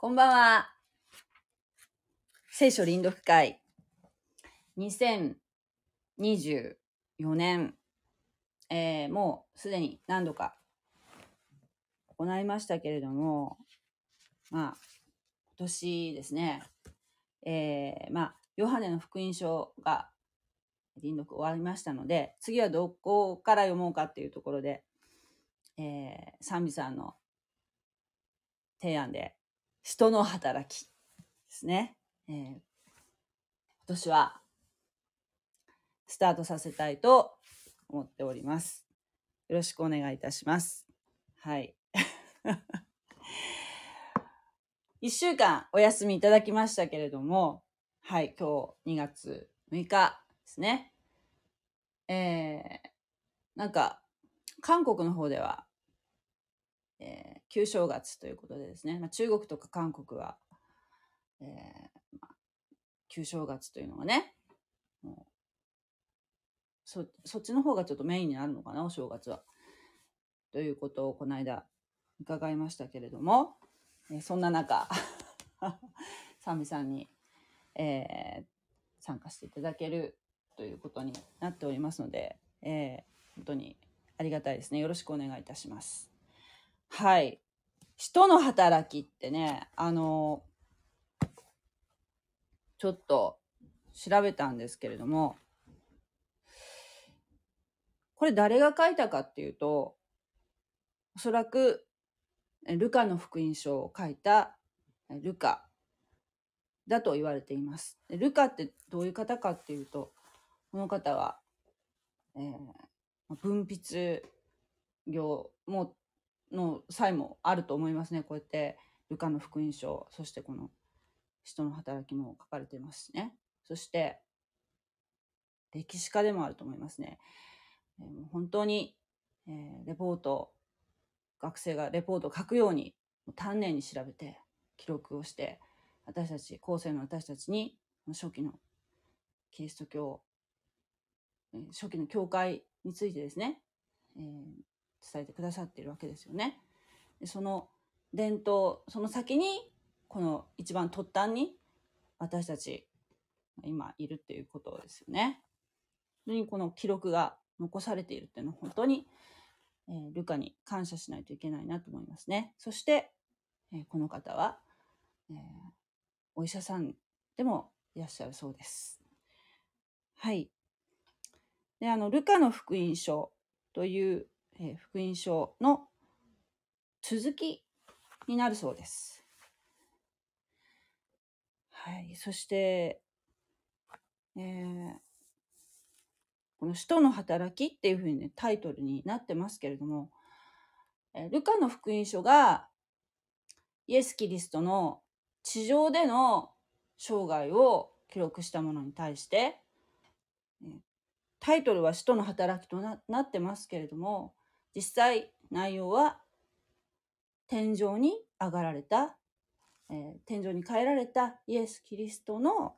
こんばんは。聖書臨読会2024年、もうすでに何度か行いましたけれども、今年ですね、ヨハネの福音書が臨読終わりましたので、次はどこから読もうかっていうところで、賛美さんの提案で、人の働きですね。今年はスタートさせたいと思っております。よろしくお願いいたします。はい。1週間お休みいただきましたけれども、はい、今日2月6日ですね。なんか、韓国の方では、旧正月ということでですね、中国とか韓国は、旧正月というのがね、もうそっちの方がちょっとメインになるのかな、お正月は。ということをこの間伺いましたけれども、そんな中、サミさんに、参加していただけるということになっておりますので、本当にありがたいですね。よろしくお願いいたします。はい。人の働きってね、ちょっと調べたんですけれども、これ誰が書いたかっていうと、おそらくルカの福音書を書いたルカだと言われています。ルカってどういう方かっていうと、この方は、文筆業の際もあると思いますね。こうやってルカの福音書、そしてこの人の働きも書かれていますしね。そして歴史家でもあると思いますね。本当に、学生がレポートを書くように丹念に調べて記録をして、後世の私たちに初期のキリスト教、初期の教会についてですね、伝えてくださっているわけですよね。でその伝統、その先にこの一番突端に私たち今いるっていうことですよね。本当にこの記録が残されているっていうのは本当に、ルカに感謝しないといけないなと思いますね。そして、この方は、お医者さんでもいらっしゃるそうです。はい。で、ルカの福音書という、福音書の続きになるそうです。はい。そして、この使徒の働きっていうふうにね、タイトルになってますけれども、ルカの福音書がイエス・キリストの地上での生涯を記録したものに対して、タイトルは使徒の働きと なってますけれども、実際内容は天井に上がられた、天井に変えられたイエス・キリストの、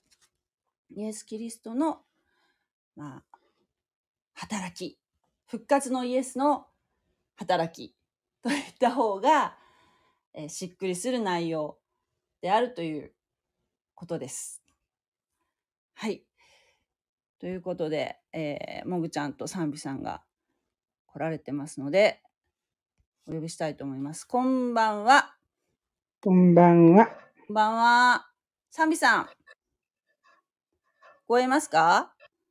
働き、復活のイエスの働きといった方が、しっくりする内容であるということです。はい。ということで、もぐちゃんとサンビさんが来られてますので、お呼びしたいと思います。こんばんは。 こんばんは。 こんばんは。サンビさん、聞こえますか？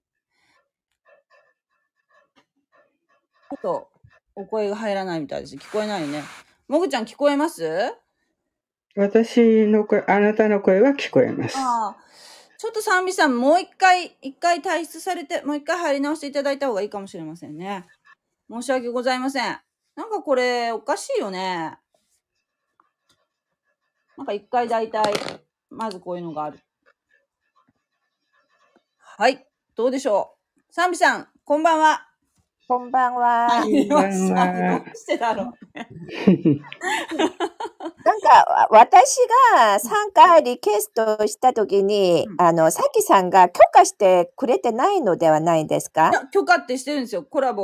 ちょっとお声が入らないみたいです。聞こえないよね。もぐちゃん聞こえます？ 私の声、あなたの声は聞こえます。 ちょっとサンビさん、もう一回退出されて、もう一回入り直していただいた方がいいかもしれませんね。申し訳ございません。なんかこれ、おかしいよね。なんか一回大体、まずこういうのがある。はい。どうでしょう。サンビさん、こんばんは。 こんばんは。 入りました。どうしてだろうね。 なんか、私が参加リクエストしたときに、さきさんが許可してくれてないのではないですか？ いや、許可ってしてるんですよ。コラボ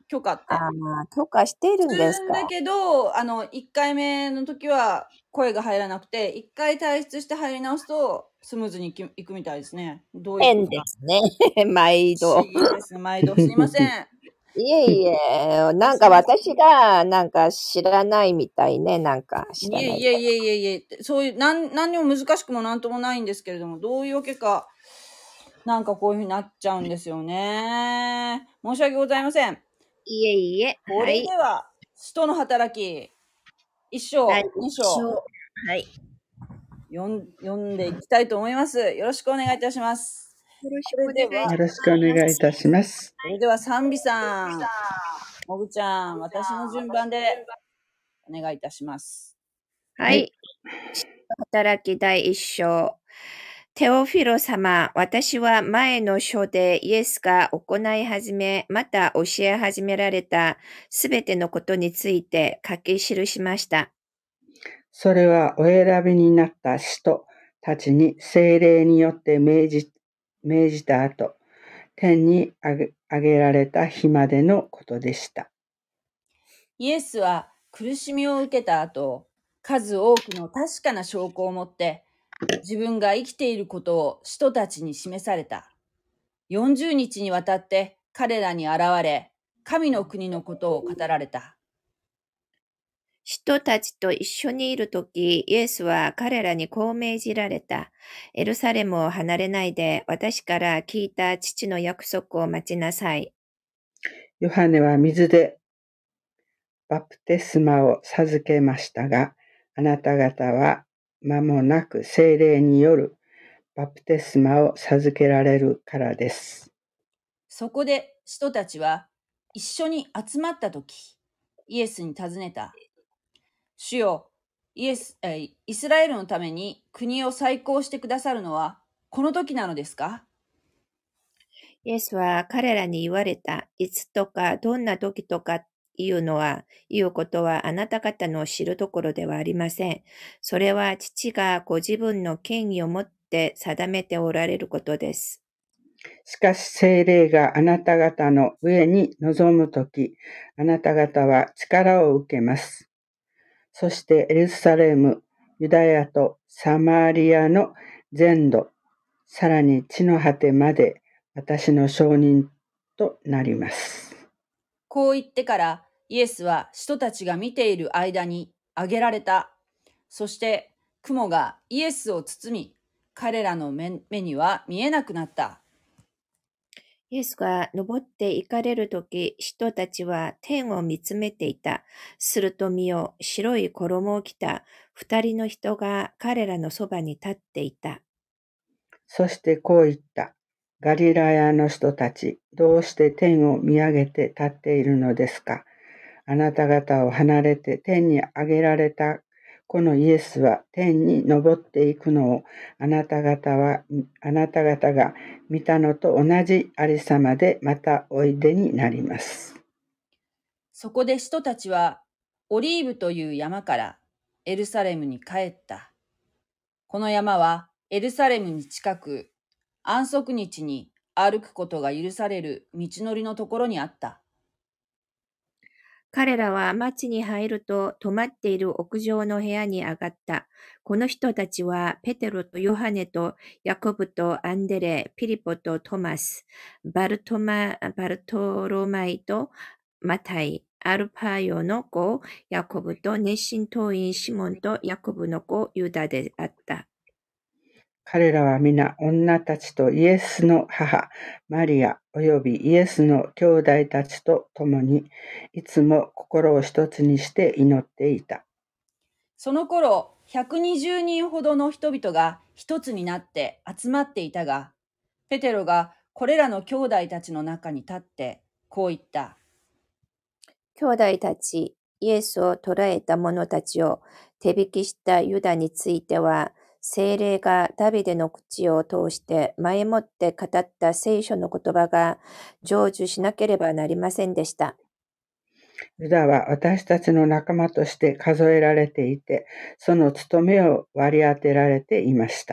許可って。 許可しているんすですか。 るんだけど、1回目の時は声が入らなくて、1回退出して入り直すと、スムーズにいくみたいですね。どういう変ですね。毎不思度。 議です。毎度すいません。 いえいえ、なんか私が、なんか知らないみたいね、なんか知らない。 いえ、そういう、何にも難しくもなんともないんですけれども、どういうわけか、なんかこういうふうになっちゃうんですよね。申し訳ございません。 いえいえ、 これでは、使徒の働き、1章、 第 2 一章、 章。はい。 読んでいきたいと思います。よろしくお願いいたします。 よろしくお願いします。 よろしくお願いいたします。 それでは、賛美さん、もぐちゃん、私の順番でお願いいたします。 はい。働き第一章。テオフィロ様、私は前の書でイエスが行い始め、また教え始められたすべてのことについて書き記しました。 それはお選びになった使徒たちに聖霊によって命じた後、天に上げられた日までのことでした。 イエスは苦しみを受けた後、数多くの確かな証拠を持って、自分が生きていることを使徒たちに示された。40日にわたって彼らに現れ、神の国のことを語られた。 使徒たちと一緒にいるとき、イエスは彼らにこう命じられた。エルサレムを離れないで、私から聞いた父の約束を待ちなさい。 ヨハネは水でバプテスマを授けましたが、あなた方は間もなく聖霊によるバプテスマを授けられるからです。 そこで使徒たちは一緒に集まったとき、イエスに尋ねた。主よ、イスラエルのために国を再興してくださるのはこの時なのですか？ イエスは彼らに言われた。いつとかどんな時とか言うことはあなた方の知るところではありません。それは父がご自分の権威を持って定めておられることです。 しかし聖霊があなた方の上に臨むとき、あなた方は力を受けます。そしてエルサレム、ユダヤとサマリアの全土、さらに地の果てまで私の証人となります。 こう言ってからイエスは使徒たちが見ている間に上げられた。そして雲がイエスを包み、彼らの目には見えなくなった。 イエスが登って行かれるとき、人たちは天を見つめていた。すると見よ、白い衣を着た二人の人が彼らのそばに立っていた。 そしてこう言った。ガリラヤの人たち、どうして天を見上げて立っているのですか？あなた方を離れて天に上げられたこのイエスは天に昇っていくのをあなた方が見たのと同じありさまでまたおいでになります。 そこで使徒たちはオリーブという山からエルサレムに帰った。この山はエルサレムに近く、安息日に歩くことが許される道のりのところにあった。 彼らは町に入ると泊まっている屋上の部屋に上がった。この人たちはペテロとヨハネとヤコブとアンデレ、ピリポとトマス、バルトロマイとマタイ、アルパヨの子ヤコブと熱心党員シモンとヤコブの子ユダであった。 彼らは皆女たちとイエスの母マリアおよびイエスの兄弟たちと共にいつも心を一つにして祈っていた。 その頃、120人ほどの人々が一つになって集まっていたが、ペテロがこれらの兄弟たちの中に立ってこう言った。 兄弟たち、イエスを捕らえた者たちを手引きしたユダについては、聖霊がダビデの口を通して前もって語った聖書の言葉が成就しなければなりませんでした。 ユダは私たちの仲間として数えられていて、その務めを割り当てられていました。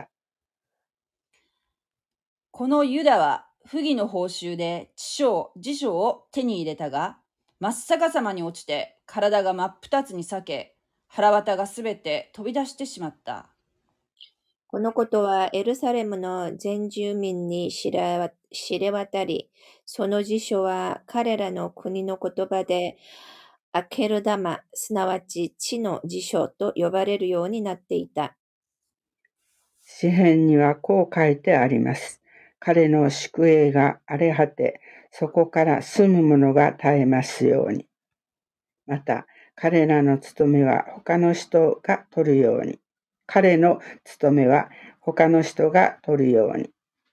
このユダは不義の報酬で辞書を手に入れたが、 真っ逆さまに落ちて、体が真っ二つに裂け、腹渡がすべて飛び出してしまった。 このことはエルサレムの全住民に知れ渡り、その辞書は彼らの国の言葉でアケルダマ、すなわち地の辞書と呼ばれるようになっていた。 詩編にはこう書いてあります。彼の宿営が荒れ果て、そこから住む者が絶えますように。また、彼らの務めは他の人が取るように。彼の務めは他の人が取るように。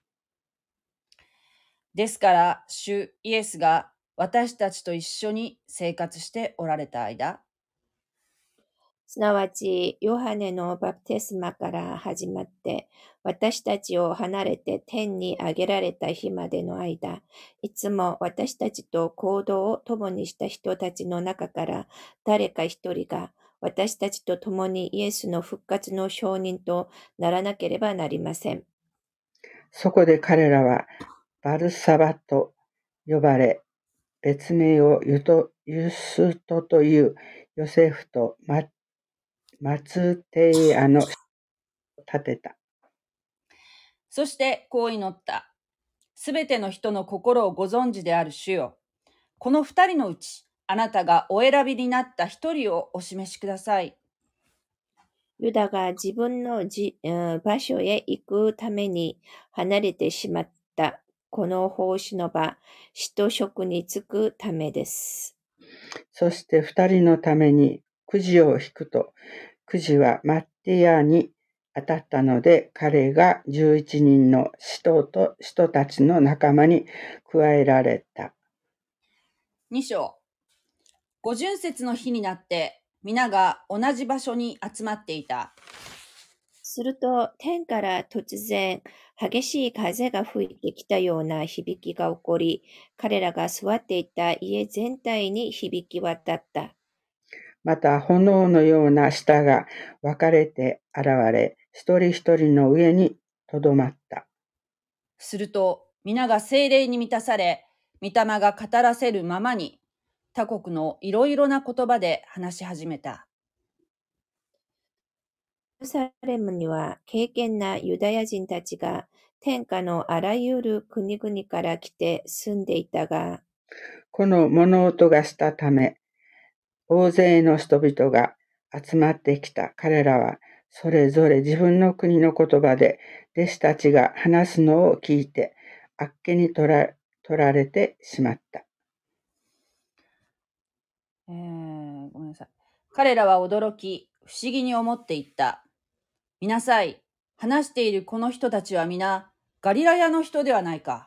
ですから、主イエスが私たちと一緒に生活しておられた間、 すなわち、ヨハネのバプテスマから始まって、私たちを離れて天に上げられた日までの間、いつも私たちと行動を共にした人たちの中から誰か一人が私たちと共にイエスの復活の証人とならなければなりません。 そこで彼らはバルサバと呼ばれ、別名をユストというヨセフとマツテイアの立てた。 そしてこう祈った。すべての人の心をご存知である主よ。この二人のうち、あなたがお選びになった一人をお示しください。 ユダが自分の場所へ行くために離れてしまったこの奉仕の場、使徒職に就くためです。 そして二人のためにくじを引くと、くじはマッティアに当たったので、彼が11人の使徒たちの仲間に加えられた。 2章。五巡節の日になって、皆が同じ場所に集まっていた。 すると、天から突然、激しい風が吹いてきたような響きが起こり、彼らが座っていた家全体に響き渡った。 また、炎のような舌が分かれて現れ、一人一人の上にとどまった。 すると、皆が聖霊に満たされ、御霊が語らせるままに、他国のいろいろな言葉で話し始めた。 エルサレムには敬虔なユダヤ人たちが天下のあらゆる国々から来て住んでいたが、 この物音がしたため、大勢の人々が集まってきた。彼らはそれぞれ自分の国の言葉で弟子たちが話すのを聞いて、あっけに取られてしまった。 ごめんなさい。彼らは驚き、不思議に思っていった。見なさい。話しているこの人たちは皆、ガリラヤの人ではないか。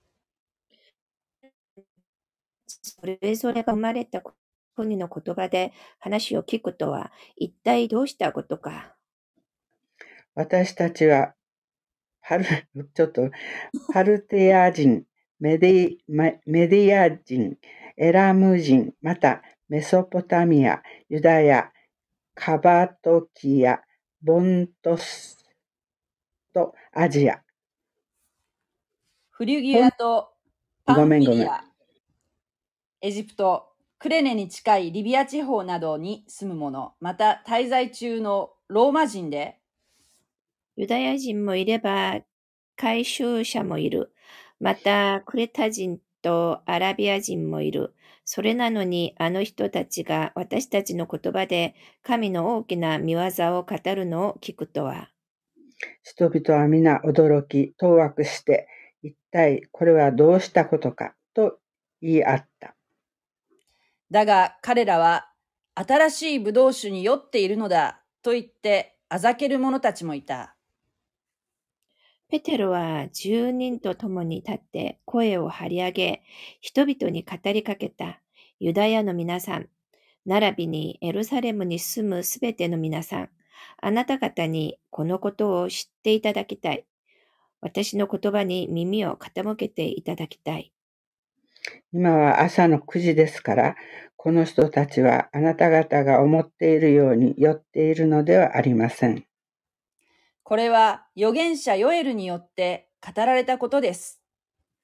それぞれが生まれた国の言葉で話を聞くとは一体どうしたことか。 私たちはパルテア人、メディア人、エラム人、またメソポタミア、ユダヤ、カバトキア、ボントスとアジア。 フリュギアとパンフィリア、エジプト、クレネに近いリビア地方などに住む者、また滞在中のローマ人で、 ユダヤ人もいれば、回収者もいる。また、クレタ人とアラビア人もいる。それなのに、あの人たちが私たちの言葉で神の大きな見業を語るのを聞くとは。 人々は皆驚き、当惑して、一体これはどうしたことかと言い合った。 だが彼らは、新しいブドウ酒に酔っているのだと言ってあざける者たちもいた。 ペテロは10人と共に立って声を張り上げ、人々に語りかけた。ユダヤの皆さん、並びにエルサレムに住むすべての皆さん、あなた方にこのことを知っていただきたい。私の言葉に耳を傾けていただきたい。 今は朝の9時ですから、この人たちはあなた方が思っているように酔っているのではありません。 これは預言者ヨエルによって語られたことです。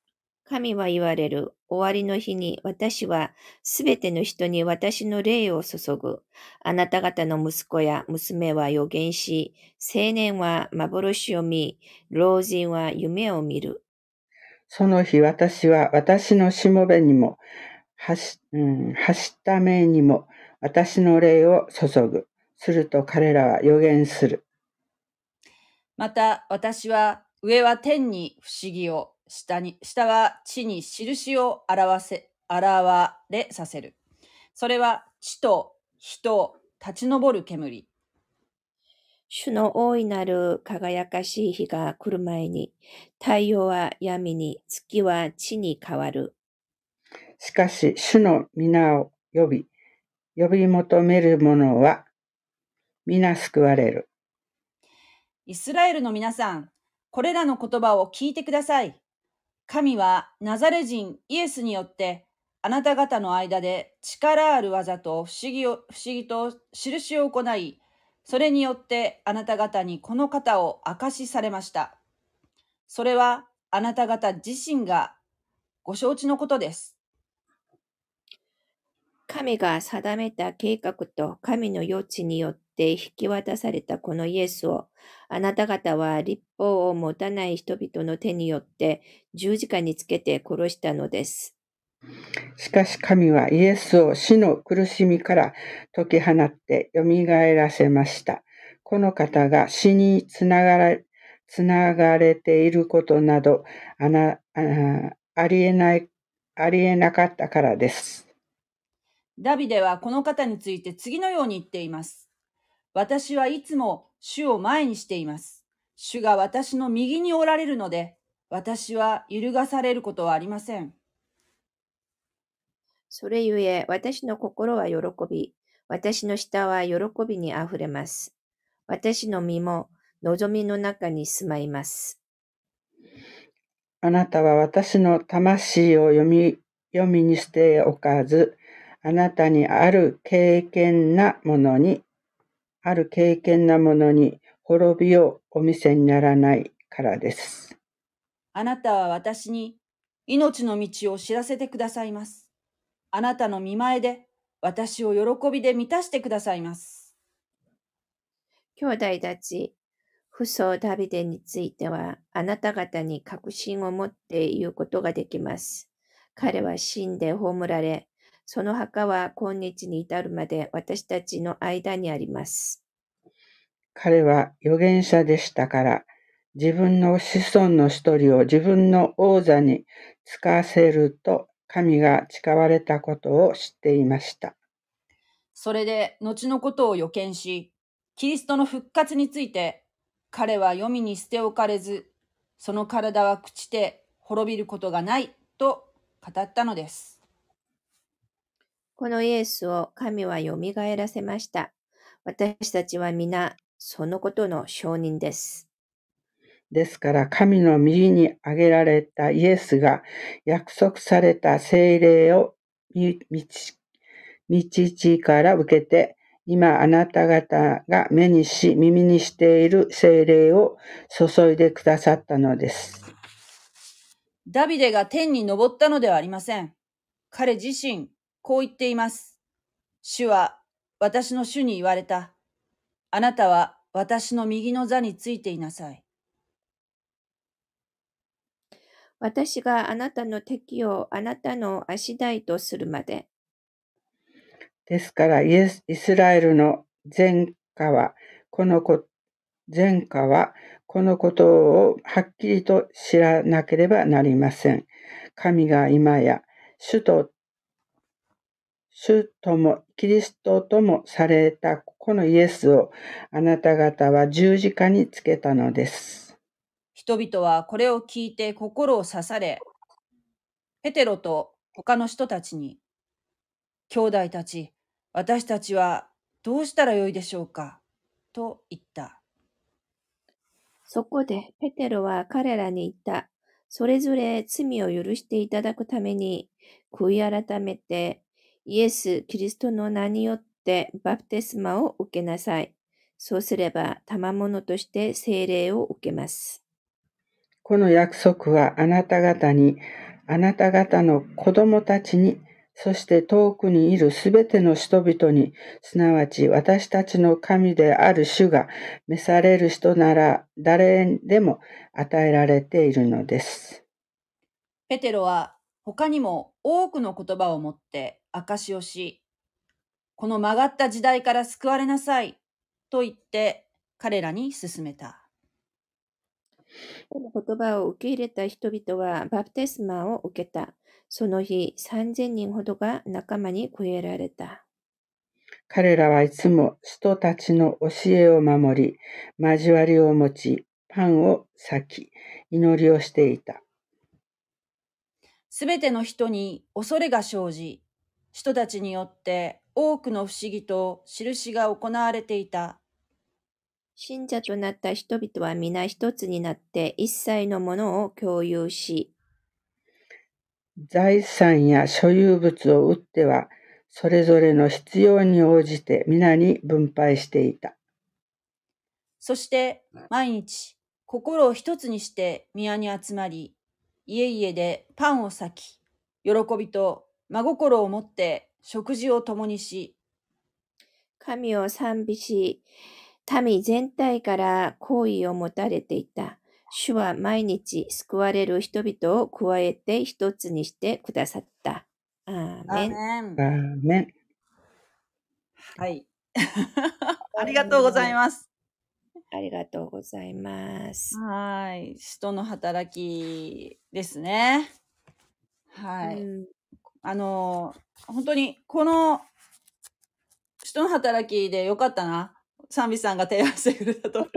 神は言われる。終わりの日に私はすべての人に私の霊を注ぐ。あなた方の息子や娘は預言し、青年は幻を見、老人は夢を見る。 その日私は私のしもべにも、はしためにも私の霊を注ぐ。すると彼らは預言する。 また私は上は天に不思議を、下は地に印を現れさせる。それは地と人、立ち上る煙。 主の大いなる輝かしい日が来る前に、太陽は闇に、月は地に変わる。 しかし主の皆を呼び求める者は皆救われる。 イスラエルの皆さん、これらの言葉を聞いてください。神はナザレ人イエスによってあなた方の間で力ある技と不思議と印を行い、それによってあなた方にこの方を証しされました。それはあなた方自身がご承知のことです。 神が定めた計画と神の余地によって引き渡されたこのイエスを、あなた方は律法を持たない人々の手によって十字架につけて殺したのです。 しかし神はイエスを死の苦しみから解き放ってよみがえらせました。この方が死につながれていることなどありえなかったからです。 ダビデはこの方について次のように言っています。私はいつも主を前にしています。主が私の右におられるので、私は揺るがされることはありません。 それゆえ、私の心は喜び、私の舌は喜びにあふれます。私の身も望みの中に住まいます。 あなたは私の魂を読みに捨ておかず、あなたにある敬虔なものに滅びをお見せにならないからです。 あなたは私に命の道を知らせてくださいます。あなたの御前で私を喜びで満たしてくださいます。 兄弟たち、父祖ダビデについては、あなた方に確信を持って言うことができます。彼は死んで葬られ、その墓は今日に至るまで私たちの間にあります。 彼は預言者でしたから、自分の子孫の一人を自分の王座につかせると神が誓われたことを知っていました。 それで後のことを予見し、キリストの復活について、彼は黄泉に捨て置かれず、その体は朽ちて滅びることがないと語ったのです。 このイエスを神はよみがえらせました。私たちは皆、そのことの証人です。 ですから神の右に挙げられたイエスが約束された聖霊を道から受けて、今あなた方が目にし耳にしている聖霊を注いでくださったのです。 ダビデが天に昇ったのではありません。彼自身、こう言っています。主は私の主に言われた。あなたは私の右の座についていなさい。 私があなたの敵をあなたの足台とするまで。 ですからイスラエルの前科はこのことをはっきりと知らなければなりません。神が今や主ともキリストともされたこのイエスをあなた方は十字架につけたのです。 人々はこれを聞いて心を刺され、ペテロと他の人たちに、兄弟たち、私たちはどうしたらよいでしょうかと言った。 そこでペテロは彼らに言った。それぞれ罪を許していただくために、悔い改めて、イエス・キリストの名によってバプテスマを受けなさい。そうすれば、賜物として聖霊を受けます。 この約束はあなた方にあなた方の子供たちに、そして遠くにいるすべての人々に、すなわち私たちの神である主が召される人なら誰でも与えられているのです。 ペテロは他にも多くの言葉を持って証しをし、この曲がった時代から救われなさいと言って彼らに勧めた。 この言葉を受け入れた人々はバプテスマを受けた。その日、3000人ほどが仲間に加えられた。 彼らはいつも人たちの教えを守り、交わりを持ち、パンを裂き、祈りをしていた。 すべての人に恐れが生じ、人たちによって多くの不思議と印が行われていた。 信者となった人々は皆一つになって一切のものを共有し、 財産や所有物を売っては、それぞれの必要に応じて皆に分配していた。 そして毎日心を一つにして宮に集まり、家々でパンを裂き、喜びと真心を持って食事を共にし、 神を賛美し、民全体から好意を持たれていた。主は毎日救われる人々を加えて一つにしてくださった。アーメン。 アーメン。 アーメン。 はい。ありがとうございます。 ありがとうございます。 はい。使徒の働きですね。はい。本当に、この、使徒の働きでよかったな。賛美さんが提案してくれたと。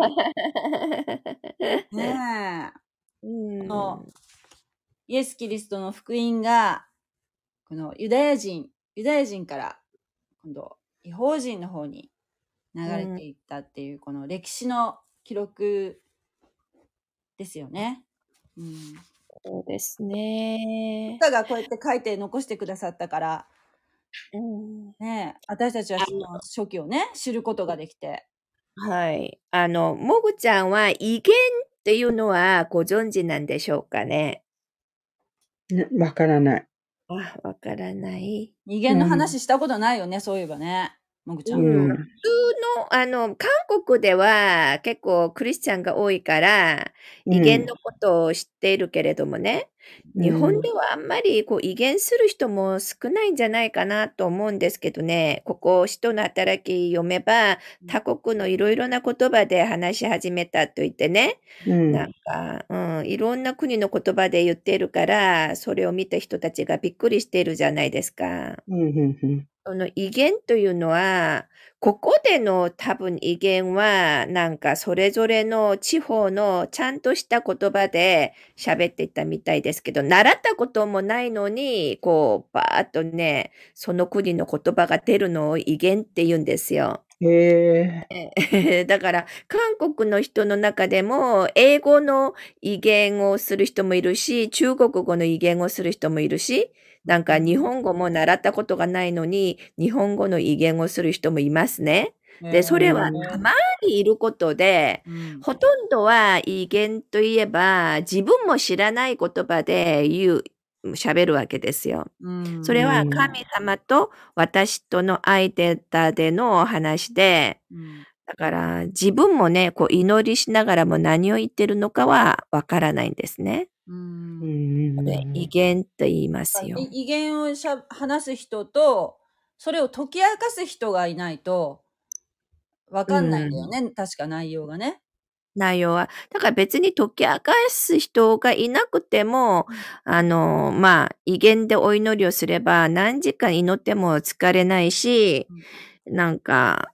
ねえ。イエス・キリストの福音が、このユダヤ人から、今度、異邦人の方に流れていったっていう、この歴史の記録ですよね。 そうですね。 歌がこうやって書いて残してくださったから、ね、私たちはその初期をね、知ることができて。 はい。もぐちゃんは威厳っていうのはご存知なんでしょうかね。 わからない。 わからない。 威厳の話したことないよね、そういえばね。もぐちゃん。 普通の、韓国では結構クリスチャンが多いから、威厳のことを知っているけれどもね、日本ではあんまりこう威厳する人も少ないんじゃないかなと思うんですけどね、ここ、使徒の働き読めば、他国のいろいろな言葉で話し始めたと言ってね、なんか、いろんな国の言葉で言っているから、それを見た人たちがびっくりしているじゃないですか。その威厳というのは、ここでの多分威厳は、なんかそれぞれの地方のちゃんとした言葉で喋っていたみたいですけど、習ったこともないのに、こう、バーっとね、その国の言葉が出るのを威厳って言うんですよ。だから、韓国の人の中でも、英語の威厳をする人もいるし、中国語の威厳をする人もいるし、なんか日本語も習ったことがないのに、日本語の威厳をする人もいますね。で、それはたまにいることで、ほとんどは威厳といえば、自分も知らない言葉で喋るわけですよ。それは神様と私との間での話で、だから自分もね、こう祈りしながらも何を言ってるのかはわからないんですね。威厳と言いますよ。 威厳を話す人と、それを解き明かす人がいないと、わかんないんだよね、確か内容がね。 内容は。だから別に解き明かす人がいなくても、まあ、威厳でお祈りをすれば何時間祈っても疲れないし、なんか、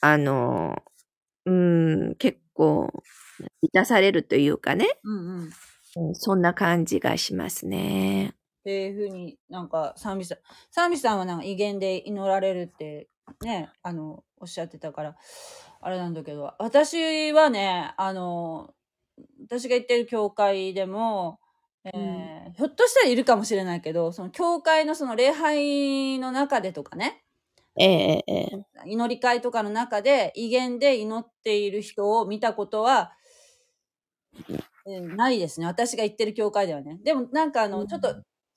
結構満たされるというかね。そんな感じがしますね。 っていうふうになんか賛美さんはなんか威厳で祈られるってね、おっしゃってたから、あれなんだけど、私はね、私が行ってる教会でも、ひょっとしたらいるかもしれないけど、その教会のその礼拝の中でとかね、祈り会とかの中で威厳で祈っている人を見たことは、ないですね。私が行ってる教会ではね。でもなんかちょっと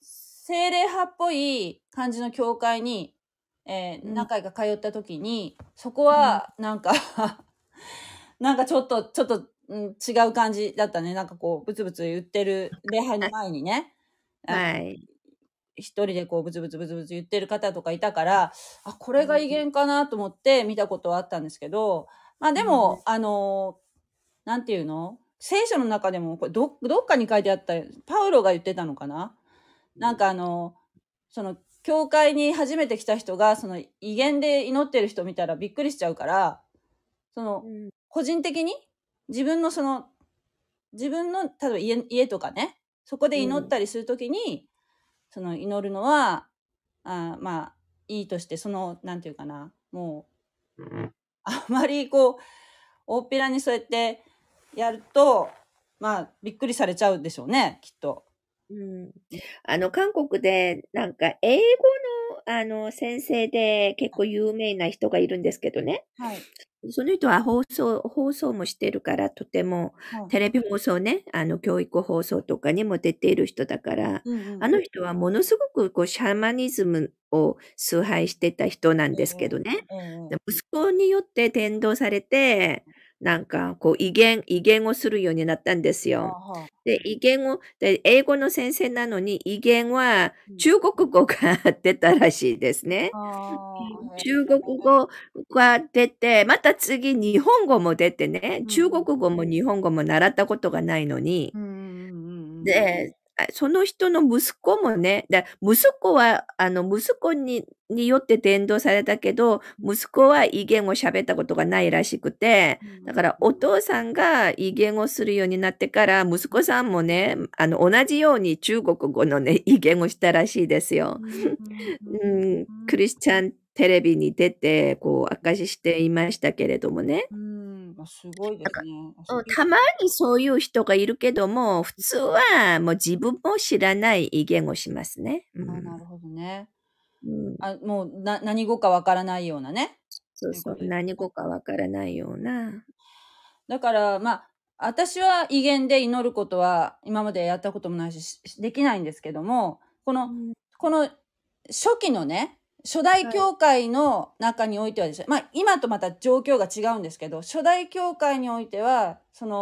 精霊派っぽい感じの教会に、 うん何回か通った時に、そこは、なんか、なんかちょっと、違う感じだったね。なんかこう、ブツブツ言ってる礼拝の前にね。 はい。 一人でこうブツブツ言ってる方とかいたから、あ、これが威厳かなと思って見たことはあったんですけど、まあでも、なんていうの？聖書の中でも、これどっかに書いてあった、パウロが言ってたのかな？なんかその、教会に初めて来た人が、その威厳で祈ってる人見たらびっくりしちゃうから、その、個人的に自分の例えば家とかね、そこで祈ったりするときに、その祈るのは、まあ、いいとして、なんていうかな、もう、あまりこう、大っぴらにそうやってやると、まあ、びっくりされちゃうでしょうね、きっと。 韓国で、なんか、英語の、先生で結構有名な人がいるんですけどね。 はい。 その人は放送もしてるから、とても、テレビ放送ね、教育放送とかにも出ている人だから、あの人はものすごくこうシャーマニズムを崇拝してた人なんですけどね。息子によって伝道されて、なんかこう威厳をするようになったんですよ。で、英語の先生なのに威厳は中国語が出たらしいですね。中国語が出て、また次日本語も出てね、中国語も日本語も習ったことがないのに、で、その人の息子もね、息子によって伝道されたけど、息子は威厳を喋ったことがないらしくて、だからお父さんが威厳をするようになってから、息子さんもね、同じように中国語のね、威厳をしたらしいですよ。クリスチャンテレビに出て、こう、証ししていましたけれどもね。 すごいですね。 たまにそういう人がいるけども、普通はもう自分も知らない威厳をしますね。 なるほどね。もう何語かわからないようなね。 そうそう、何語かわからないような。 だから、まあ、私は威厳で祈ることは今までやったこともないし、できないんですけども、この初期のね、初代教会の中においてはですね、まあ今とまた状況が違うんですけど、初代教会においては、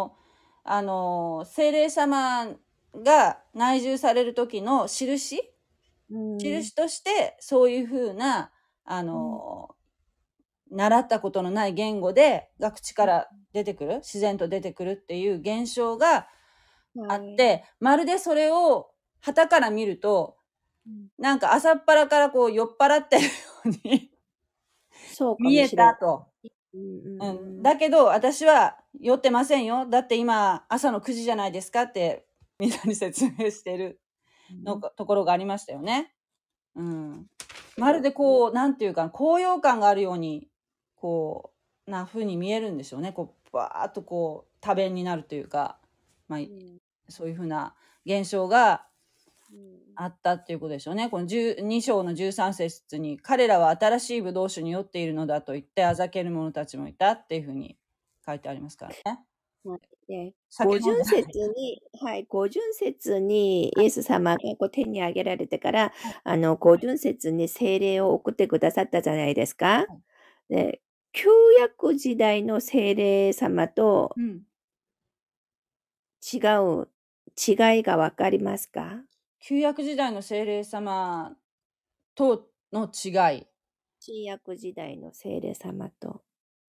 聖霊様が内住される時の印として、そういうふうな、習ったことのない言語でが口から出てくる、自然と出てくるっていう現象があって、まるでそれを傍から見ると、なんか朝っぱらからこう酔っ払ってるように見えたと。だけど私は酔ってませんよ。だって今朝の9時じゃないですかってみんなに説明してるところがありましたよね。まるでこう、なんていうか、高揚感があるように、こう、な風に見えるんでしょうね。こう、バーっとこう、多弁になるというか、まあ、そういうふうな現象があったっていうことでしょうね。この2章の13節に、彼らは新しいブドウ酒に酔っているのだと言って、あざける者たちもいたっていうふうに書いてありますからね。 五巡節にイエス様がこう手に挙げられてから、五巡節に聖霊を送ってくださったじゃないですか。で、旧約時代の聖霊様と違いがわかりますか？ 旧約時代の聖霊様との違い。 新約時代の聖霊様と。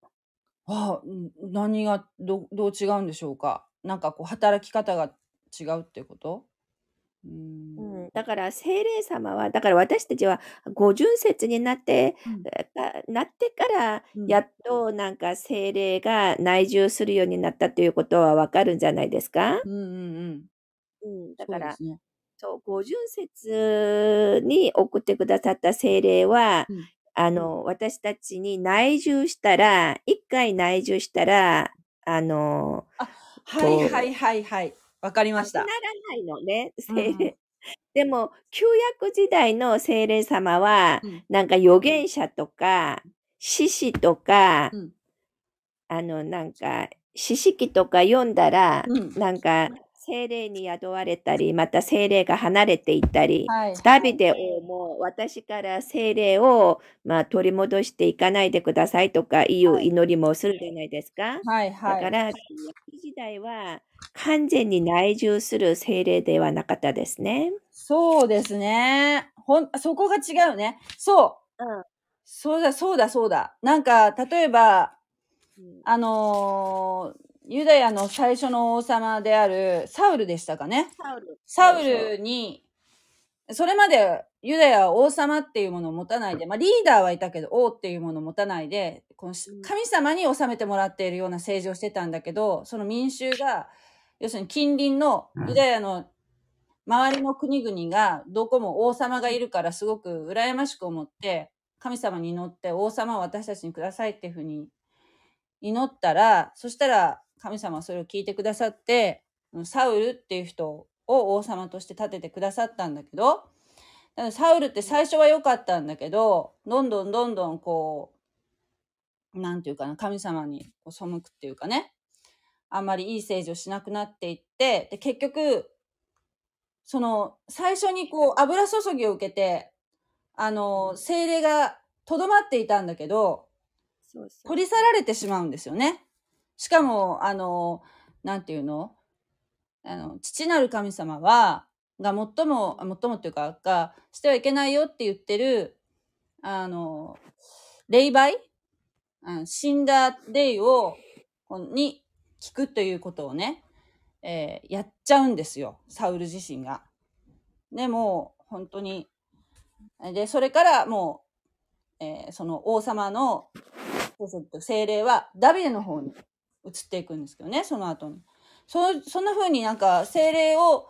何がどう違うんでしょうか。なんかこう働き方が違うっていうこと？ だから聖霊様は、だから私たちは五巡節になってからやっとなんか聖霊が内住するようになったということはわかるんじゃないですか？だから、そう、五巡節に送ってくださった聖霊は、私たちに内住したら、一回内住したら、 はい。わかりました。 ならないのね、聖霊。でも、旧約時代の聖霊様は、なんか預言者とか、獅子とか、なんか、四式とか読んだら、なんか、 聖霊に宿われたり、また聖霊が離れていったり、 はい。 ダビデ王も私から聖霊を、取り戻していかないでくださいとかいう祈りもするじゃないですか。 はい。 だはい。 から、旧約時代は完全に内住する聖霊ではなかったですね。 そうですね。そこが違うね。そう。 うん。 そうだ。なんか、例えば、ユダヤの最初の王様であるサウルでしたかね。サウルに、それまでユダヤは王様っていうものを持たないで、まあリーダーはいたけど王っていうものを持たないで、この神様に治めてもらっているような政治をしてたんだけど、その民衆が、要するに近隣のユダヤの周りの国々がどこも王様がいるからすごく羨ましく思って、神様に祈って王様を私たちにくださいっていうふうに祈ったら、そしたら神様はそれを聞いてくださって、サウルっていう人を王様として立ててくださったんだけど、サウルって最初は良かったんだけど、どんどんこう、なんていうかな、神様に背くっていうかね、あんまりいい政治をしなくなっていって、で、結局、最初にこう、油注ぎを受けて、精霊がとどまっていたんだけど、取り去られてしまうんですよね。しかも、なんていうの？父なる神様が最もっていうか、がしてはいけないよって言ってる、霊媒、死んだ霊に聞くということをね、やっちゃうんですよ、サウル自身が。でも、本当に。で、それからもう、その王様の精霊はダビデの方に移っていくんですけどね、その後に。そんな風になんか精霊を、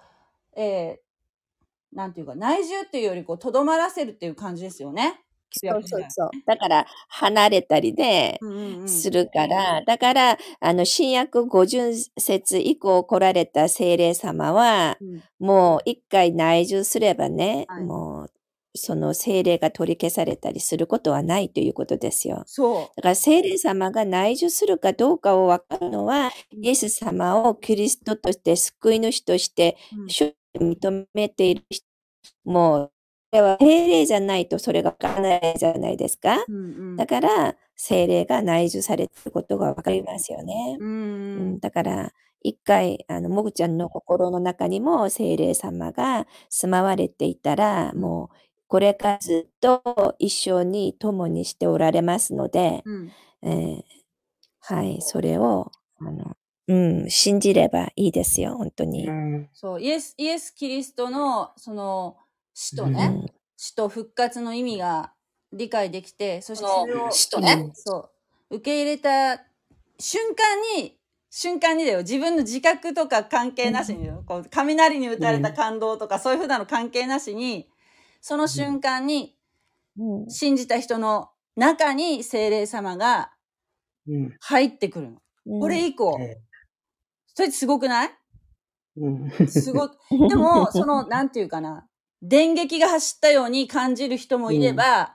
なんていうか、内住っていうよりこう、とどまらせるっていう感じですよね。 そう。だから、離れたりで、するから、だから、新約50節以降来られた聖霊様は、もう一回内住すればね、もう、その聖霊が取り消されたりすることはないということですよ。 そう。 だから聖霊様が内住するかどうかを分かるのは、イエス様をキリストとして救い主として認めている人、もう、これは聖霊じゃないとそれが分からないじゃないですか。だから、聖霊が内住されていることが分かりますよね。だから、一回、もぐちゃんの心の中にも聖霊様が住まわれていたら、もう、これからずっと一緒に共にしておられますので、はい、それを、信じればいいですよ、本当に。 そう、イエス・キリストの、その、死とね、死と復活の意味が理解できて、そしてそれを、 死とね、 そう、受け入れた瞬間にだよ、自分の自覚とか関係なしに、こう雷に打たれた感動とか、そういうふうなの関係なしに、その瞬間に、信じた人の中に聖霊様が入ってくるの。これ以降。それすごくない？すごく。でも、なんていうかな、電撃が走ったように感じる人もいれば、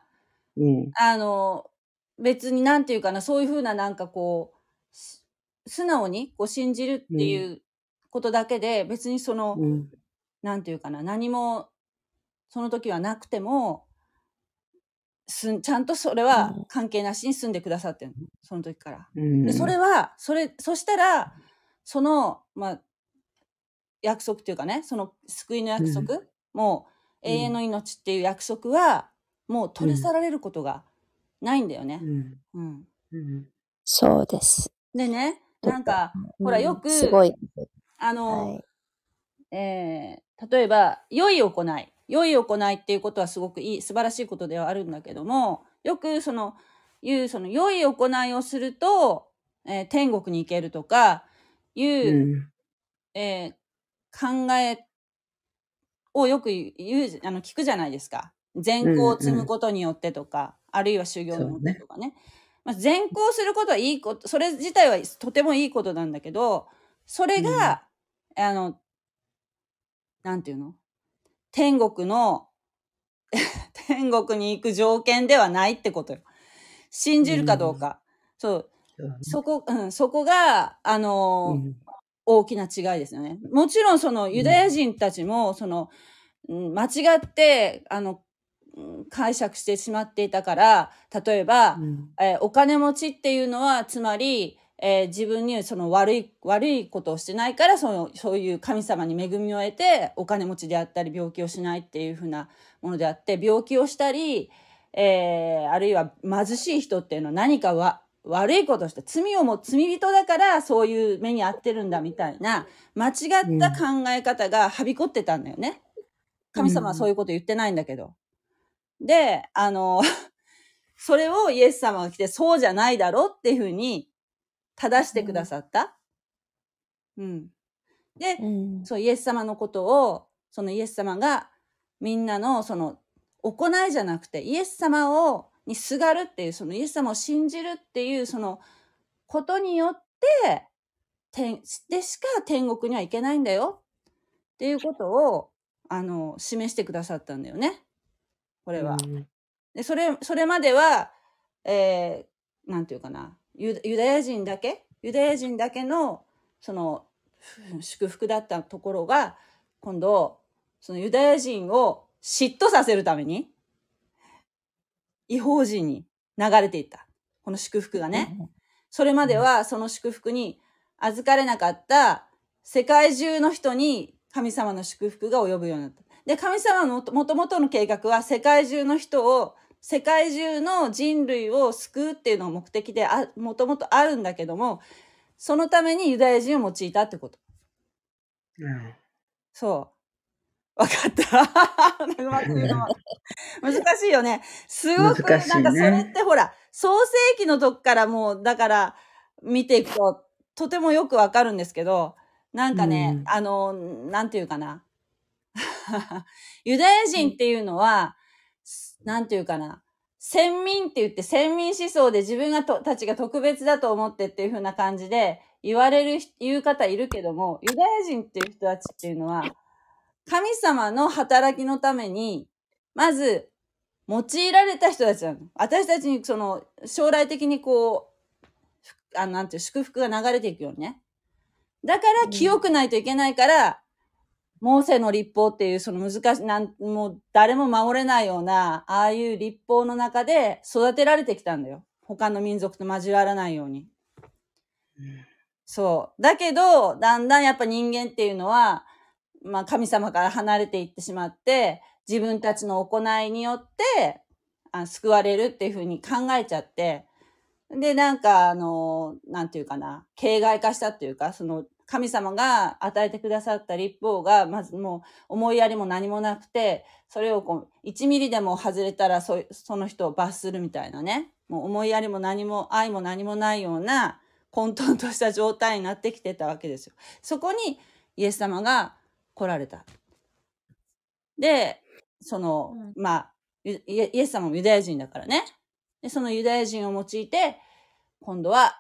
別になんていうかな、そういうふうななんかこう、素直にこう信じるっていうことだけで、別になんていうかな、何もその時はなくても、ちゃんとそれは関係なしに住んでくださってるの。その時から。で、そしたら、約束っていうかね、その救いの約束、もう永遠の命っていう約束は、もう取り去られることがないんだよね。 そうです。 でね、なんか、ほらよく、 すごい。 例えば、良い行いっていうことはすごく素晴らしいことではあるんだけども、よく良い行いをすると、天国に行けるとか、考えをよく聞くじゃないですか。善行を積むことによってとか、あるいは修行によってとかね。善行することはいいこと、それ自体はとてもいいことなんだけど、それが、なんていうの？天国に行く条件ではないってことよ。信じるかどうか。そこが、 大きな違いですよね。もちろんそのユダヤ人たちも、その、間違って、解釈してしまっていたから、例えば、お金持ちっていうのは、つまり、自分にその悪いことをしてないから、そういう神様に恵みを得て、お金持ちであったり、病気をしないっていうふうなものであって、病気をしたり、あるいは貧しい人っていうのは何か悪いことをした罪人だからそういう目に遭ってるんだみたいな間違った考え方がはびこってたんだよね。神様はそういうこと言ってないんだけど。で、それをイエス様が来てそうじゃないだろうっていうふうに正してくださった。で、そうイエス様のことを、そのイエス様がみんなのその行いじゃなくてイエス様にすがるっていう、そのイエス様を信じるっていうそのことによってでしか天国には行けないんだよっていうことを示してくださったんだよね。これは。でそれまでは、なんていうかな、ユダヤ人だけのその祝福だったところが、今度そのユダヤ人を嫉妬させるために異邦人に流れていった。この祝福がね。それまではその祝福に預かれなかった世界中の人に神様の祝福が及ぶようになった。で、神様のもともとの計画は世界中の人類を救うっていうのが目的でもともとあるんだけども、そのためにユダヤ人を用いたってこと。そう。わかったうまく言うの難しいよね。すごく、なんかそれってほら、創世記のとこからもう、だから見ていくと、とてもよくわかるんですけど、なんかね、なんていうかな。ユダヤ人っていうのは、なんていうかな。先民って言って、先民思想で自分たちが特別だと思ってっていう風な感じで言う方いるけども、ユダヤ人っていう人たちっていうのは、神様の働きのために、まず、用いられた人たちなの。私たちにその、将来的にこう、なんていう、祝福が流れていくようにね。だから清くないといけないから、モーセの律法っていうその難しい、もう誰も守れないような、ああいう律法の中で育てられてきたんだよ。他の民族と交わらないように。そう。だけど、だんだんやっぱ人間っていうのは、まあ神様から離れていってしまって、自分たちの行いによって救われるっていうふうに考えちゃって、で、なんかなんていうかな、形骸化したっていうか、その神様が与えてくださった律法が、まずもう思いやりも何もなくて、それをこう、1ミリでも外れたらその人を罰するみたいなね、もう思いやりも何も、愛も何もないような、混沌とした状態になってきてたわけですよ。そこにイエス様が来られた。で、まあ、イエス様もユダヤ人だからね。で、そのユダヤ人を用いて、今度は、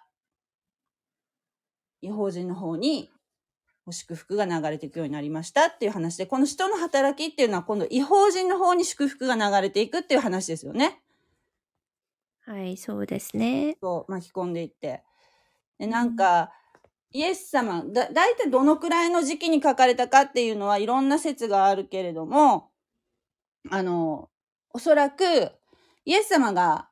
異邦人の方に、祝福が流れていくようになりましたっていう話で、この使徒の働きっていうのは今度、異邦人の方に祝福が流れていくっていう話ですよね。 はい、そうですね。 そう巻き込んでいって。で、なんか、イエス様、だいたいどのくらいの時期に書かれたかっていうのはいろんな説があるけれども、おそらく、イエス様が、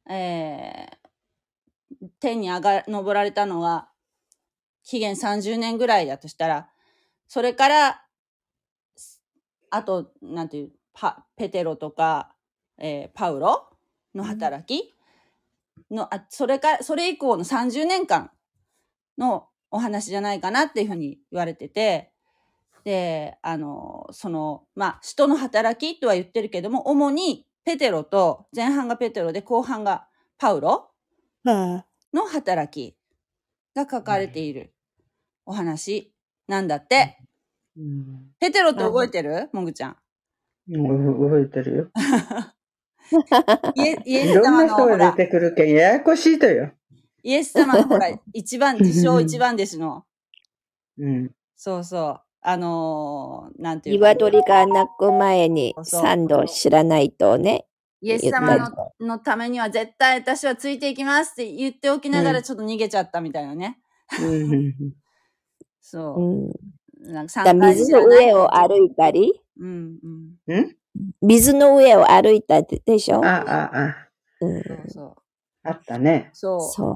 天に昇られたのは、紀元30年ぐらいだとしたら、それから、あと、なんていう、ペテロとか、パウロの働きの、それ以降の30年間のお話じゃないかなっていうふうに言われてて、で、まあ、使徒の働きとは言ってるけども、主にペテロと、前半がペテロで後半がパウロの働きが書かれているお話なんだって。ペテロって覚えてる？もぐちゃん。 覚えてるよ。 イエス様のいろんな人が出てくるけん、ややこしいとよ。 イエス様のほら、自称一番弟子の。そうそう。なんていうか。 鶏が鳴く前に3度知らないとね。 イエス様のためには絶対私はついていきますって言っておきながらちょっと逃げちゃったみたいなね。 そう。なんかだ 3回水知らないの上を歩いたり、水の上を歩いたでしょ。 そう。 あったね。 そう。 そう。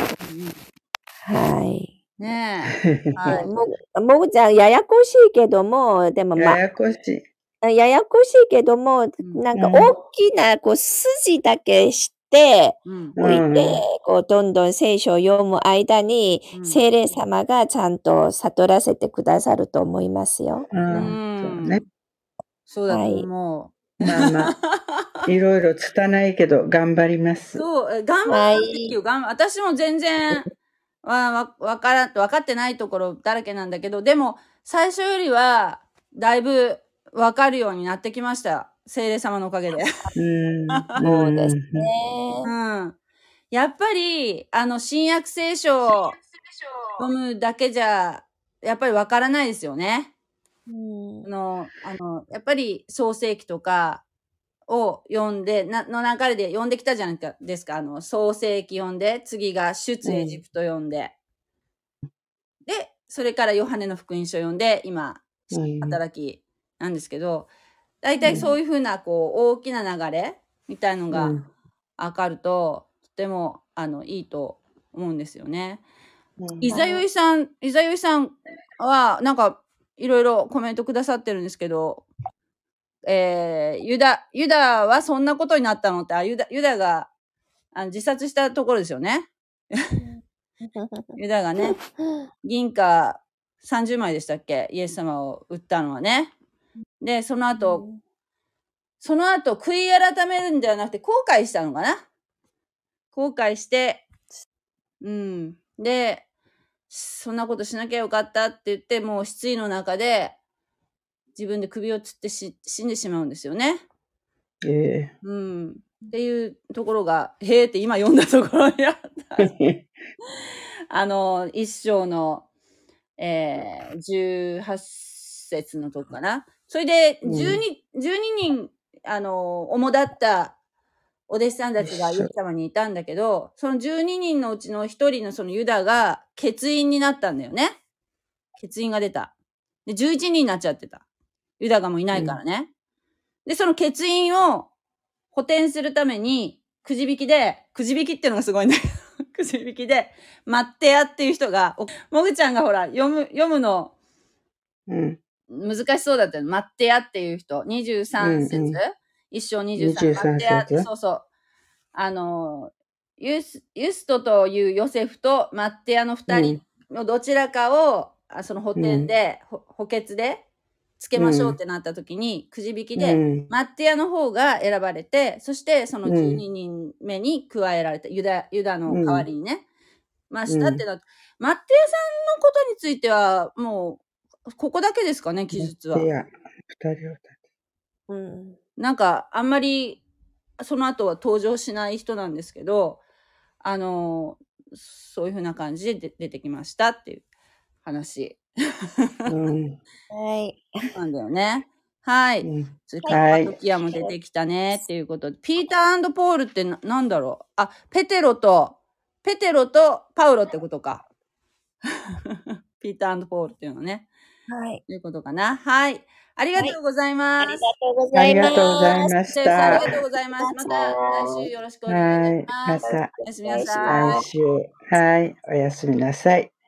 はい。 ねえ。はい。 もぐちゃん、ややこしいけども、でもややこしい。 ややこしいけども、なんか大きなこう筋だけしておいて、こうどんどん聖書を読む間に、聖霊様がちゃんと悟らせてくださると思いますよ。 そうね。 そうだと思う。まあまあ、いろいろ拙いけど頑張ります。 そう、頑張っていいよ。私も全然わかってないところだらけなんだけど、でも最初よりはだいぶわかるようになってきました。聖霊様のおかげで。 そうですね。 やっぱり、新約聖書を読むだけじゃ、やっぱりわからないですよね。やっぱり創世記とかを読んで、の流れで読んできたじゃないですか。創世記読んで、次が出エジプト読んで、で、それからヨハネの福音書読んで、今、働きなんですけど、大体そういうふうな、大きな流れみたいのがわかると、とても、いいと思うんですよね。いざよいさんは、なんか、いろいろコメントくださってるんですけど、ユダはそんなことになったのって、ユダが自殺したところですよね。ユダがね、銀貨30枚でしたっけ、イエス様を売ったのはね。で、その後、悔い改めるんではなくて後悔したのかな。後悔して、で、そんなことしなきゃよかったって言って、もう失意の中で自分で首をつって死んでしまうんですよね。っていうところが、へーって今読んだところにあった。一章の、18節のとこかな。それで12人、主だったお弟子さんたちがイエス様にいたんだけど、その12人のうちの1人のそのユダが欠員になったんだよね。欠員が出た。で、11人になっちゃってた。ユダがもういないからね。で、その欠員を補填するために、くじ引きっていうのがすごいんだけど、くじ引きで、マッテヤっていう人が、もぐちゃんがほら、読むの、難しそうだったよ。マッテヤっていう人、23節、一章23、マッテヤ、そうそう。ユストというヨセフとマッテヤの2人のどちらかを、その補填で、補欠でつけましょうってなった時に、くじ引きで、マッテヤの方が選ばれて、そしてその12人目に加えられた、ユダの代わりにね、したってなって、マッテヤさんのことについては、もう、ここだけですかね、記述は。なんか、あんまり、その後は登場しない人なんですけど、そういうふうな感じで出てきましたっていう話。 はい。 なんだよね。はい。次、カッパトキアも出てきたねっていうことで、ピーター&ポールってなんだろう。ペテロとパウロってことか。ピーター&ポールっていうのね。 はい。 ということかな。はい。ありがとうございます。 ありがとうございます。 ありがとうございました。 ありがとうございます。また来週よろしくお願いします。おやすみなさい。 来週。はい。おやすみなさい。